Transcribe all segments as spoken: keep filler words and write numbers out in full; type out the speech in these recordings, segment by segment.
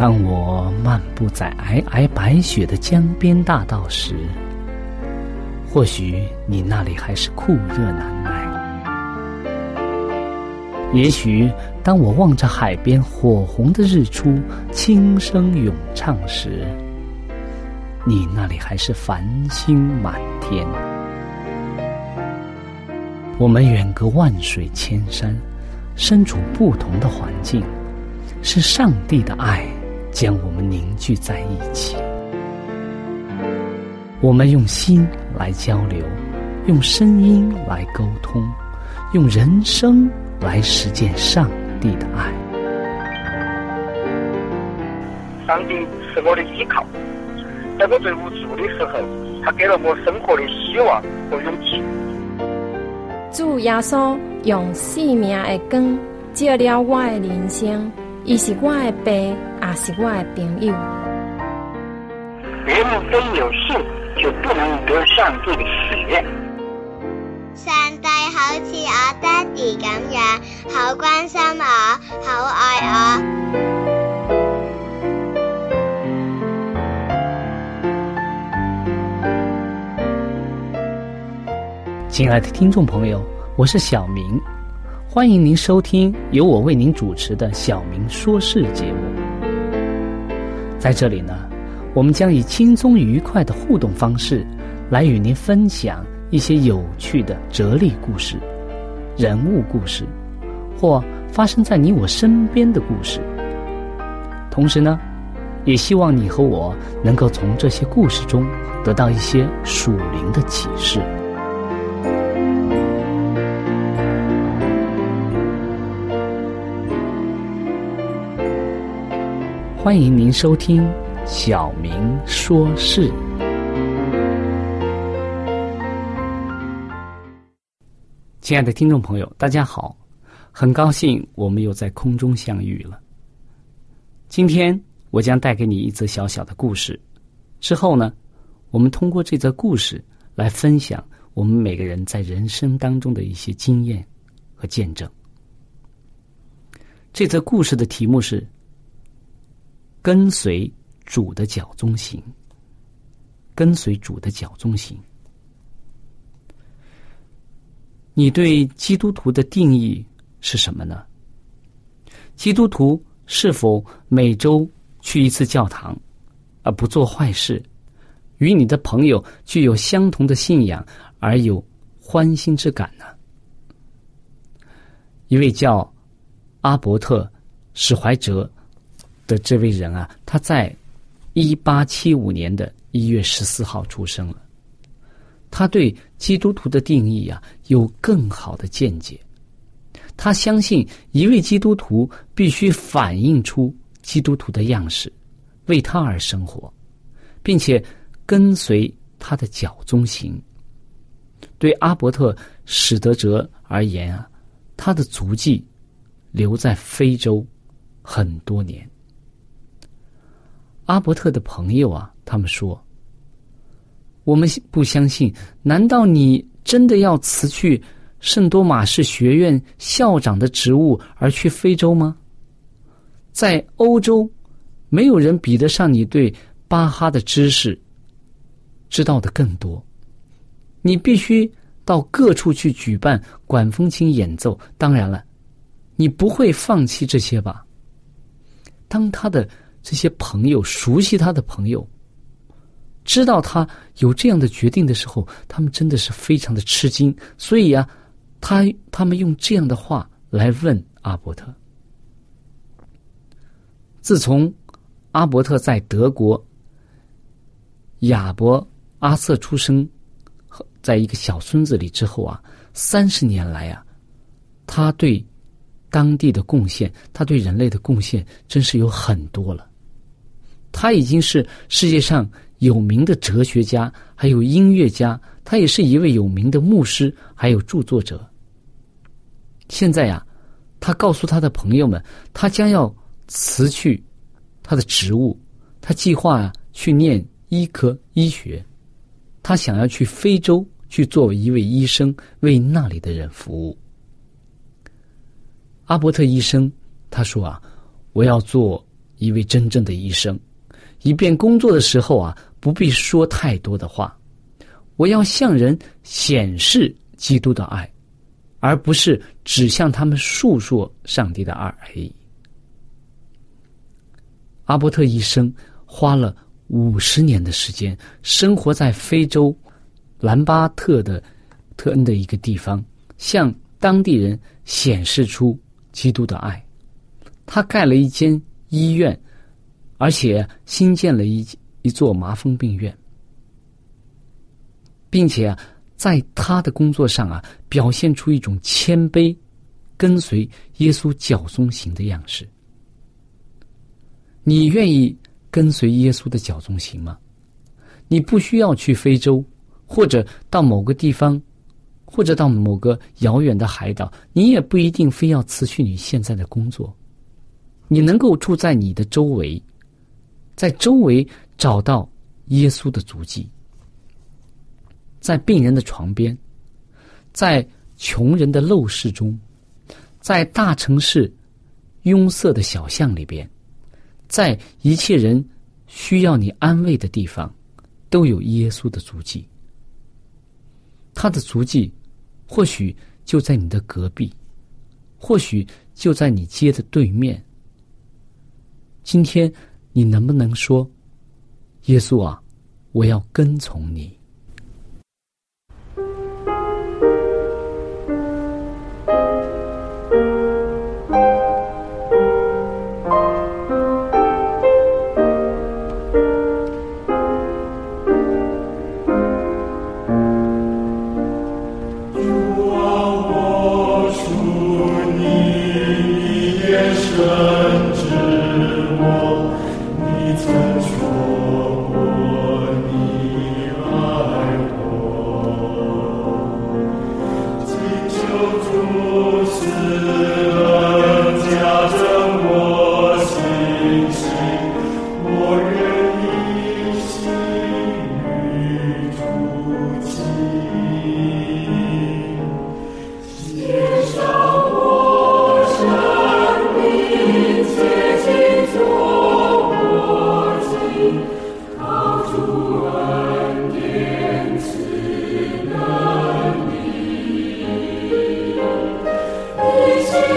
当我漫步在皑皑白雪的江边大道时，或许你那里还是酷热难耐。也许当我望着海边火红的日出轻声咏唱时，你那里还是繁星满天。我们远隔万水千山，身处不同的环境，是上帝的爱将我们凝聚在一起。我们用心来交流，用声音来沟通，用人生来实践上帝的爱。 上帝是我的依靠，在我最无助的时候，他给了我生活的希望和勇气。 主耶稣用生命的光照了我的人生，伊是我的爸，也是我的朋友。 人非有信，就不能得上帝的喜悦。 上帝好似我爹哋咁樣，好關心我，好愛我。 亲爱的听众朋友，我是小明，欢迎您收听由我为您主持的小明说事节目。在这里呢，我们将以轻松愉快的互动方式来与您分享一些有趣的哲理故事、人物故事，或发生在你我身边的故事。同时呢，也希望你和我能够从这些故事中得到一些属灵的启示。欢迎您收听小明说事。亲爱的听众朋友，大家好，很高兴我们又在空中相遇了。今天我将带给你一则小小的故事，之后呢，我们通过这则故事来分享我们每个人在人生当中的一些经验和见证。这则故事的题目是跟随主的脚踪行。跟随主的脚踪行。你对基督徒的定义是什么呢？基督徒是否每周去一次教堂，而不做坏事，与你的朋友具有相同的信仰而有欢欣之感呢？一位叫阿伯特·史怀哲的这位人啊，他在一八七五年的一月十四号出生了。他对基督徒的定义啊有更好的见解。他相信一位基督徒必须反映出基督徒的样式，为他而生活，并且跟随他的脚踪行。对阿伯特·史德哲而言啊，他的足迹留在非洲很多年。阿伯特的朋友啊，他们说，我们不相信，难道你真的要辞去圣多马士学院校长的职务而去非洲吗？在欧洲，没有人比得上你对巴哈的知识知道的更多。你必须到各处去举办管风琴演奏，当然了，你不会放弃这些吧？当他的这些朋友，熟悉他的朋友，知道他有这样的决定的时候，他们真的是非常的吃惊。所以啊，他他们用这样的话来问阿伯特。自从阿伯特在德国亚伯阿瑟出生，在一个小村子里之后啊，三十年来啊，他对当地的贡献，他对人类的贡献真是有很多了。他已经是世界上有名的哲学家，还有音乐家，他也是一位有名的牧师，还有著作者。现在呀，他告诉他的朋友们，他将要辞去他的职务，他计划啊去念医科医学，他想要去非洲去作为一位医生，为那里的人服务。阿伯特医生他说啊，我要做一位真正的医生，以便工作的时候啊，不必说太多的话。我要向人显示基督的爱，而不是只向他们述说上帝的爱而已。阿伯特医生花了五十年的时间，生活在非洲兰巴特的特恩的一个地方，向当地人显示出基督的爱。他盖了一间医院，而且新建了一一座麻风病院，并且啊，在他的工作上啊，表现出一种谦卑，跟随耶稣脚踪行的样式。你愿意跟随耶稣的脚踪行吗？你不需要去非洲，或者到某个地方，或者到某个遥远的海岛，你也不一定非要辞去你现在的工作。你能够住在你的周围，在周围找到耶稣的足迹，在病人的床边，在穷人的陋室中，在大城市拥塞的小巷里边，在一切人需要你安慰的地方，都有耶稣的足迹。他的足迹或许就在你的隔壁，或许就在你街的对面。今天你能不能说，耶稣啊，我要跟从你。 一切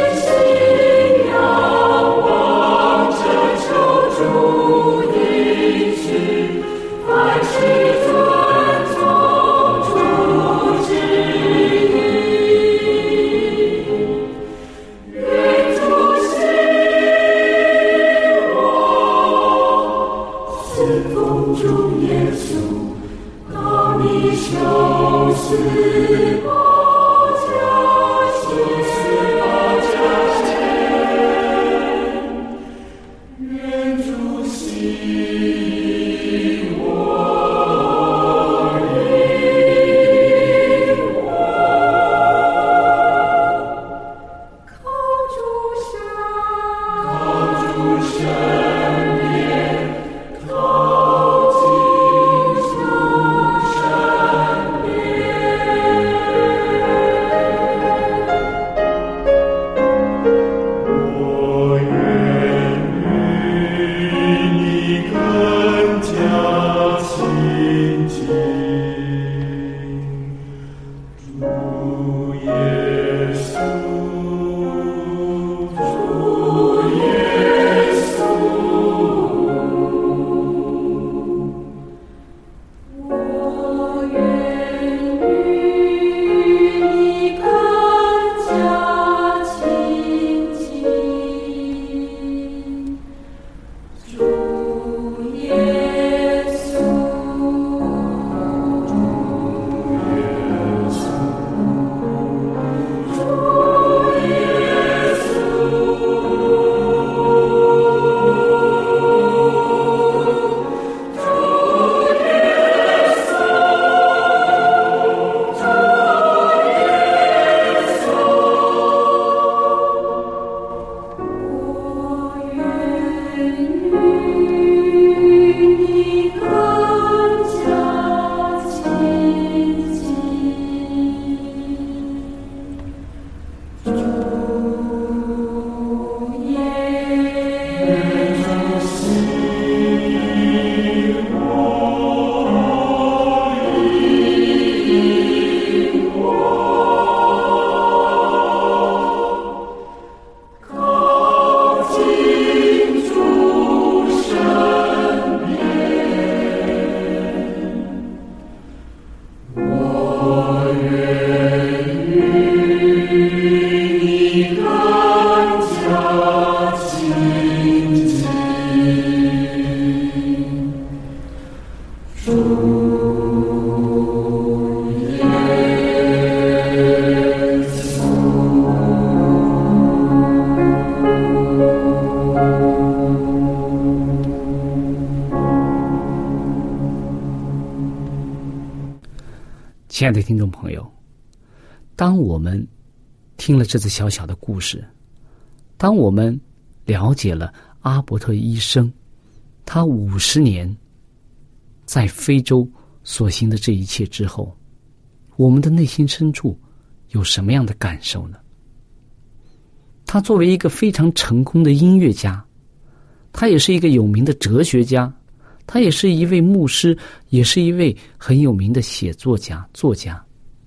亲爱的听众朋友，当我们听了这次小小的故事，当我们了解了阿伯特医生他五十年在非洲所行的这一切之后，我们的内心深处有什么样的感受呢？他作为一个非常成功的音乐家，他也是一个有名的哲学家，他也是一位牧师，也是一位很有名的写作家、作家。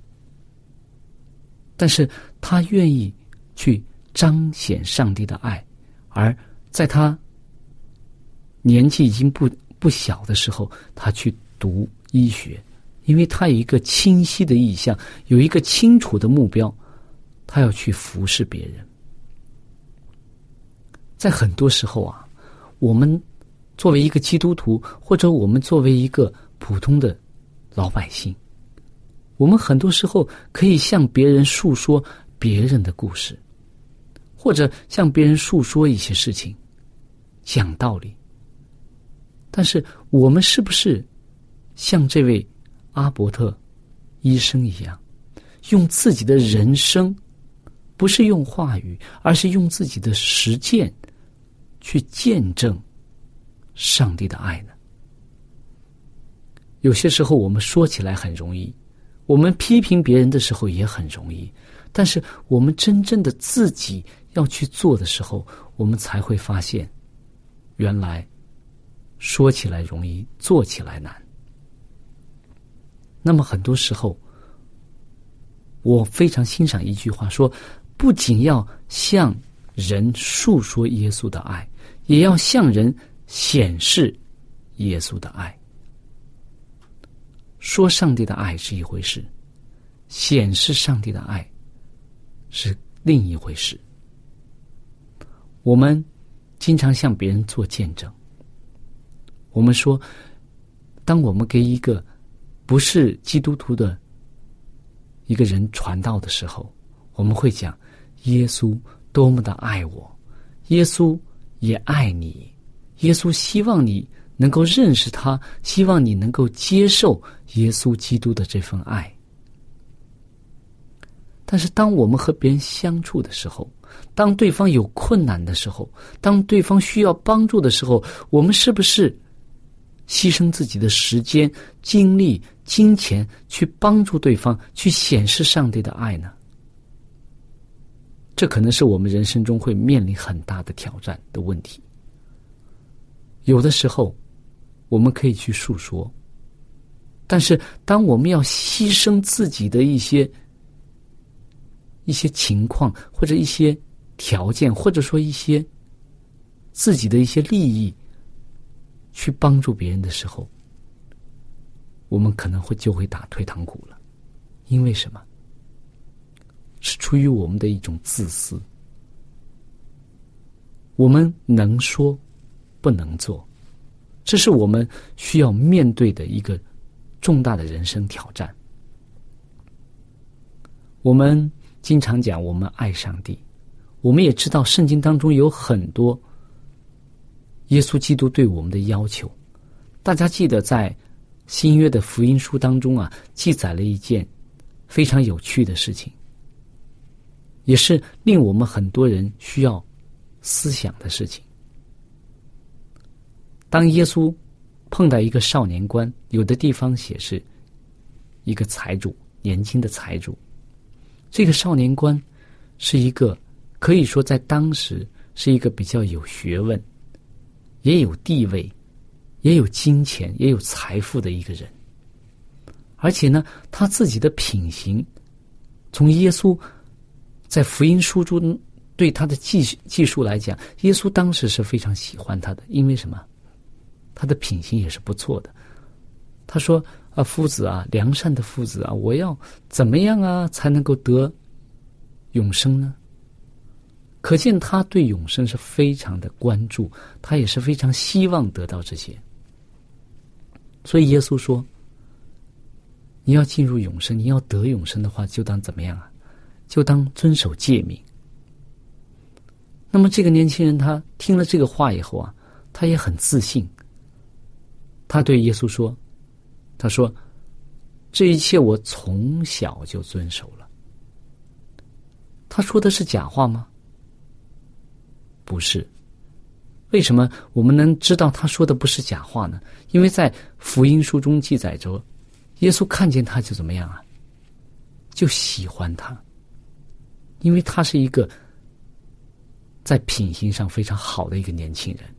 但是他愿意去彰显上帝的爱，而在他年纪已经不不小的时候，他去读医学，因为他有一个清晰的意向，有一个清楚的目标，他要去服侍别人。在很多时候啊，我们作为一个基督徒，或者我们作为一个普通的老百姓，我们很多时候可以向别人述说别人的故事，或者向别人述说一些事情，讲道理。但是我们是不是像这位阿伯特医生一样，用自己的人生，不是用话语，而是用自己的实践去见证上帝的爱呢？有些时候我们说起来很容易，我们批评别人的时候也很容易，但是我们真正的自己要去做的时候，我们才会发现，原来说起来容易，做起来难。那么很多时候，我非常欣赏一句话说，不仅要向人述说耶稣的爱，也要向人显示耶稣的爱。说上帝的爱是一回事，显示上帝的爱是另一回事。我们经常向别人做见证，我们说，当我们给一个不是基督徒的一个人传道的时候，我们会讲耶稣多么的爱我，耶稣也爱你，耶稣希望你能够认识他，希望你能够接受耶稣基督的这份爱。但是当我们和别人相处的时候，当对方有困难的时候，当对方需要帮助的时候，我们是不是牺牲自己的时间、精力、金钱去帮助对方，去显示上帝的爱呢？这可能是我们人生中会面临很大的挑战的问题。有的时候我们可以去述说，但是当我们要牺牲自己的一些一些情况，或者一些条件，或者说一些自己的一些利益去帮助别人的时候，我们可能会就会打退堂鼓了。因为什么？是出于我们的一种自私。我们能说不能做，这是我们需要面对的一个重大的人生挑战。我们经常讲我们爱上帝，我们也知道圣经当中有很多耶稣基督对我们的要求。大家记得在新约的福音书当中啊，记载了一件非常有趣的事情，也是令我们很多人需要思想的事情。当耶稣碰到一个少年官，有的地方写是一个财主，年轻的财主。这个少年官是一个可以说在当时是一个比较有学问，也有地位，也有金钱，也有财富的一个人。而且呢，他自己的品行，从耶稣在福音书中对他的记记述来讲，耶稣当时是非常喜欢他的。因为什么？他的品行也是不错的。他说啊，夫子啊，良善的夫子啊，我要怎么样啊才能够得永生呢？可见他对永生是非常的关注，他也是非常希望得到这些。所以耶稣说，你要进入永生，你要得永生的话，就当怎么样啊？就当遵守诫命。那么这个年轻人他听了这个话以后啊，他也很自信。他对耶稣说，他说， 这一切我从小就遵守了。他说的是假话吗？不是。为什么我们能知道他说的不是假话呢？因为在福音书中记载着，耶稣看见他就怎么样啊？就喜欢他，因为他是一个在品行上非常好的一个年轻人。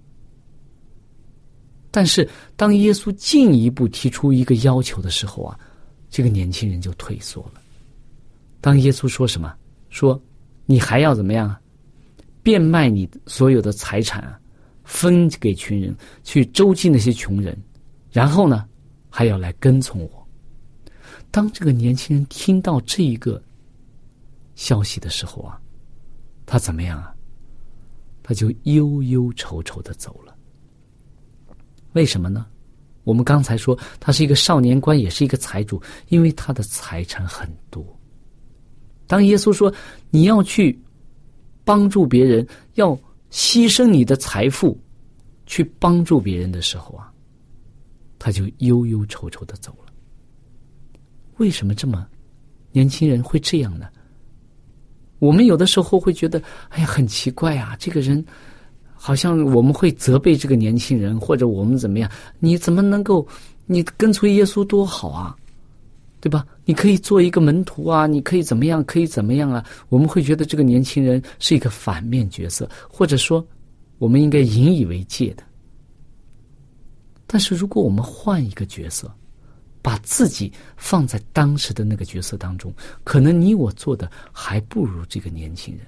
但是当耶稣进一步提出一个要求的时候啊，这个年轻人就退缩了。当耶稣说什么？说你还要怎么样啊？变卖你所有的财产啊，分给群人，去周济那些穷人，然后呢还要来跟从我。当这个年轻人听到这一个消息的时候啊，他怎么样啊？他就忧忧愁愁的走了。为什么呢？我们刚才说他是一个少年官，也是一个财主，因为他的财产很多。当耶稣说你要去帮助别人，要牺牲你的财富去帮助别人的时候啊，他就忧忧愁愁的走了。为什么这么年轻人会这样呢？我们有的时候会觉得哎呀很奇怪啊，这个人好像我们会责备这个年轻人，或者我们怎么样，你怎么能够你跟随耶稣多好啊，对吧？你可以做一个门徒啊，你可以怎么样可以怎么样啊。我们会觉得这个年轻人是一个反面角色，或者说我们应该引以为戒的。但是如果我们换一个角色，把自己放在当时的那个角色当中，可能你我做的还不如这个年轻人。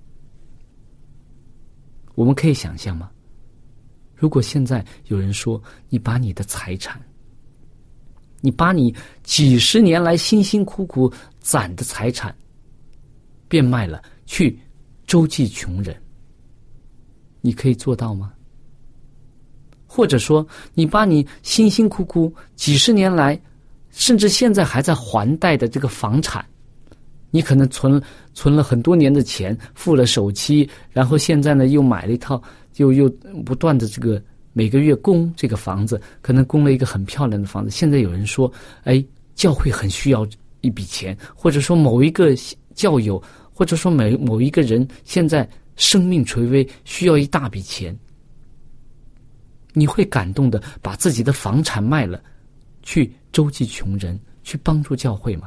我们可以想象吗？如果现在有人说你把你的财产，你把你几十年来辛辛苦苦攒的财产变卖了，去周济穷人，你可以做到吗？或者说你把你辛辛苦苦几十年来甚至现在还在还贷的这个房产，你可能存存了很多年的钱，付了首期，然后现在呢又买了一套，又又不断的这个每个月供这个房子，可能供了一个很漂亮的房子。现在有人说哎，教会很需要一笔钱，或者说某一个教友，或者说某某一个人现在生命垂危，需要一大笔钱，你会感动的把自己的房产卖了，去周济穷人，去帮助教会吗？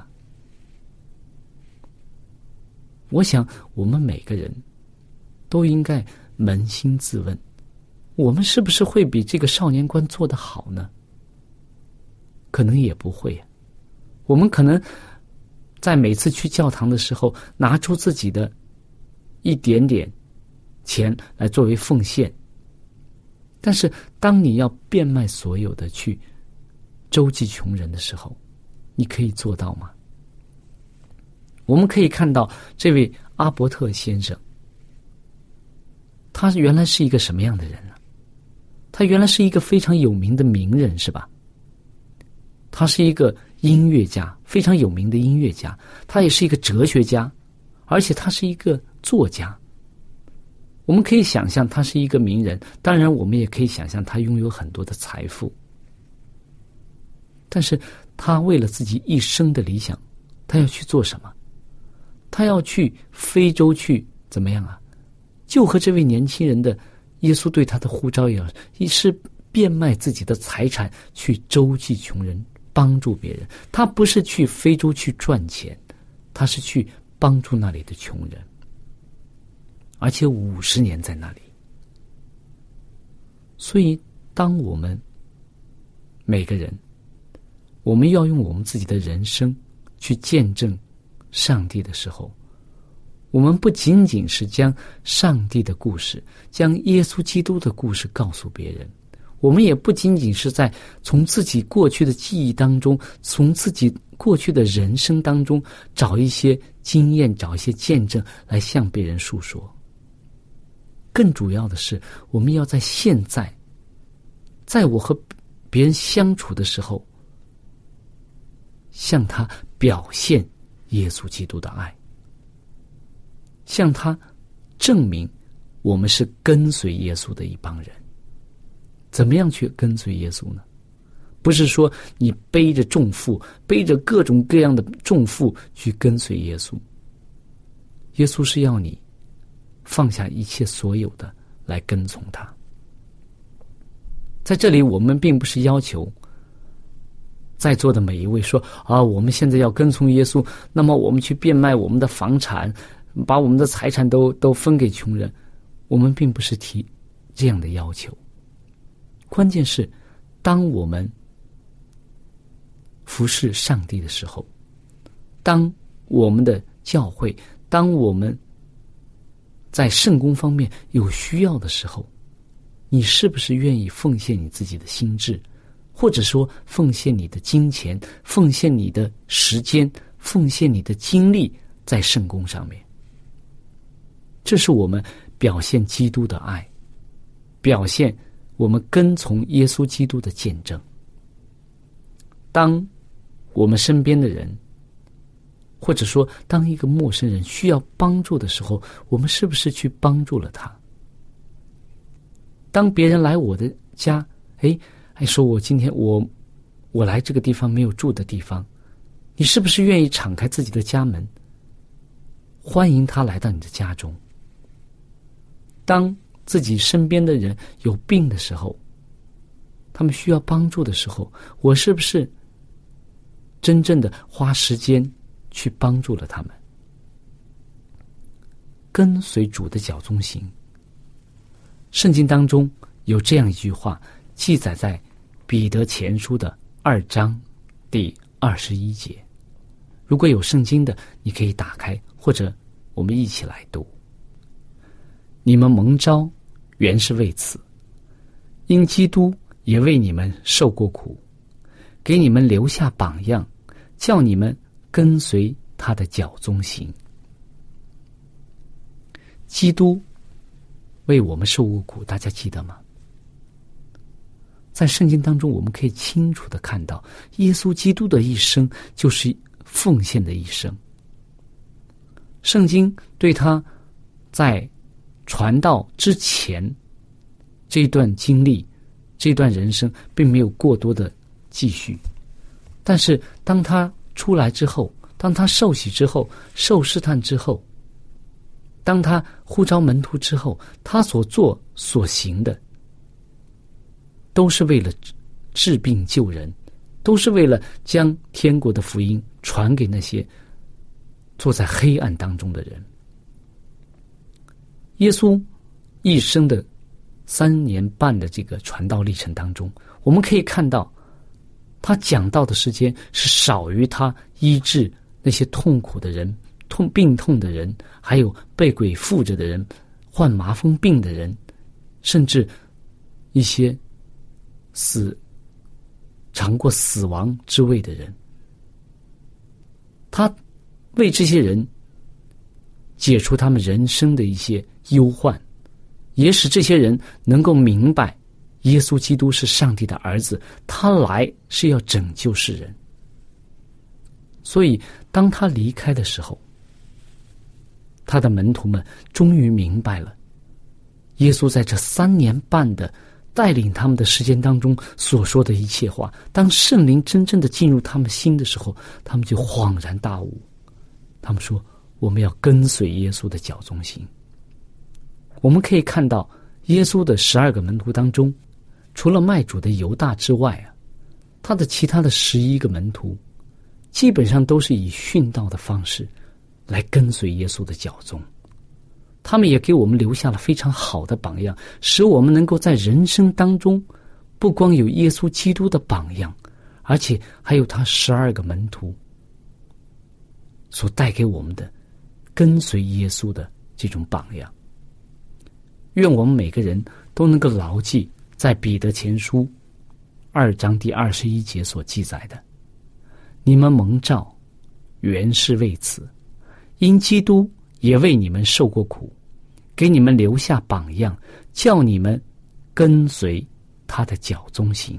我想我们每个人都应该扪心自问，我们是不是会比这个少年官做得好呢？可能也不会啊。我们可能在每次去教堂的时候，拿出自己的一点点钱来作为奉献，但是当你要变卖所有的去周济穷人的时候，你可以做到吗？我们可以看到这位阿伯特先生，他原来是一个什么样的人呢？他原来是一个非常有名的名人，是吧？他是一个音乐家，非常有名的音乐家，他也是一个哲学家，而且他是一个作家。我们可以想象他是一个名人，当然我们也可以想象他拥有很多的财富。但是他为了自己一生的理想，他要去做什么？他要去非洲去怎么样啊？就和这位年轻人的耶稣对他的呼召一样，是变卖自己的财产去周济穷人，帮助别人。他不是去非洲去赚钱，他是去帮助那里的穷人，而且五十年在那里。所以当我们每个人，我们要用我们自己的人生去见证上帝的时候，我们不仅仅是将上帝的故事，将耶稣基督的故事告诉别人，我们也不仅仅是在从自己过去的记忆当中，从自己过去的人生当中找一些经验，找一些见证来向别人述说。更主要的是，我们要在现在，在我和别人相处的时候，向他表现耶稣基督的爱，向他证明我们是跟随耶稣的一帮人。怎么样去跟随耶稣呢？ 不是说你背着重负，背着各种各样的重负去跟随耶稣。耶稣是要你放下一切所有的来跟从他。在这里我们并不是要求在座的每一位说啊，我们现在要跟从耶稣，那么我们去变卖我们的房产，把我们的财产都都分给穷人。我们并不是提这样的要求。关键是当我们服侍上帝的时候，当我们的教会，当我们在圣工方面有需要的时候，你是不是愿意奉献你自己的心智，或者说奉献你的金钱，奉献你的时间，奉献你的精力在圣工上面？这是我们表现基督的爱，表现我们跟从耶稣基督的见证。当我们身边的人，或者说当一个陌生人需要帮助的时候，我们是不是去帮助了他？当别人来我的家，哎，还说我今天我我来这个地方没有住的地方，你是不是愿意敞开自己的家门，欢迎他来到你的家中？当自己身边的人有病的时候，他们需要帮助的时候，我是不是真正的花时间去帮助了他们？跟随主的脚踪行。圣经当中有这样一句话，记载在彼得前书的二章第二十一节。如果有圣经的，你可以打开，或者我们一起来读。你们蒙召原是为此，因基督也为你们受过苦，给你们留下榜样，叫你们跟随他的脚踪行。基督为我们受过苦，大家记得吗？在圣经当中，我们可以清楚地看到，耶稣基督的一生就是奉献的一生。圣经对他在传道之前这段经历，这段人生并没有过多的继续，但是当他出来之后，当他受洗之后，受试探之后，当他呼召门徒之后，他所做所行的都是为了治病救人，都是为了将天国的福音传给那些坐在黑暗当中的人。耶稣一生的三年半的这个传道历程当中，我们可以看到他讲道的时间是少于他医治那些痛苦的人，痛病痛的人，还有被鬼附着的人，患麻风病的人，甚至一些死尝过死亡之味的人。他为这些人解除他们人生的一些忧患，也使这些人能够明白耶稣基督是上帝的儿子，他来是要拯救世人。所以当他离开的时候，他的门徒们终于明白了耶稣在这三年半的带领他们的时间当中所说的一切话。当圣灵真正的进入他们心的时候，他们就恍然大悟，他们说我们要跟随耶稣的脚踪行。我们可以看到耶稣的十二个门徒当中，除了卖主的犹大之外啊，他的其他的十一个门徒基本上都是以殉道的方式来跟随耶稣的脚踪。他们也给我们留下了非常好的榜样，使我们能够在人生当中不光有耶稣基督的榜样，而且还有他十二个门徒所带给我们的跟随耶稣的这种榜样。愿我们每个人都能够牢记在彼得前书二章第二十一节所记载的：你们蒙召原是为此，因基督也为你们受过苦，给你们留下榜样，叫你们跟随他的脚踪行。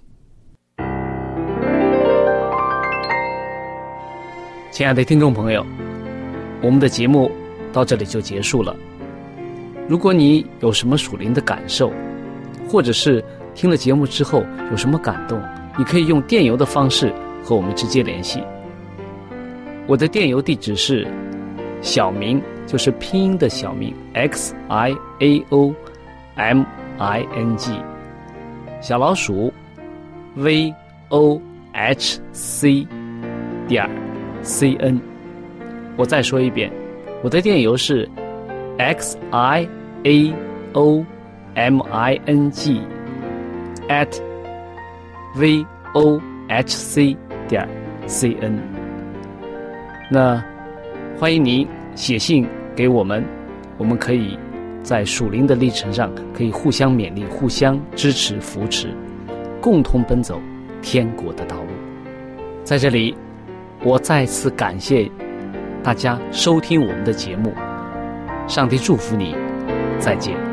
亲爱的听众朋友，我们的节目到这里就结束了。如果你有什么属灵的感受，或者是听了节目之后有什么感动， 你可以用电邮的方式和我们直接联系。我的电邮地址是小明，就是拼音的小明 X I A O M I N G 小老鼠 V O H C 点 C N。 我再说一遍，我的电邮是 X I A O M I N G at V O H C 点 C N。 那欢迎您写信给我们，我们可以在属灵的历程上可以互相勉励，互相支持扶持，共同奔走天国的道路。在这里我再次感谢大家收听我们的节目，上帝祝福你，再见。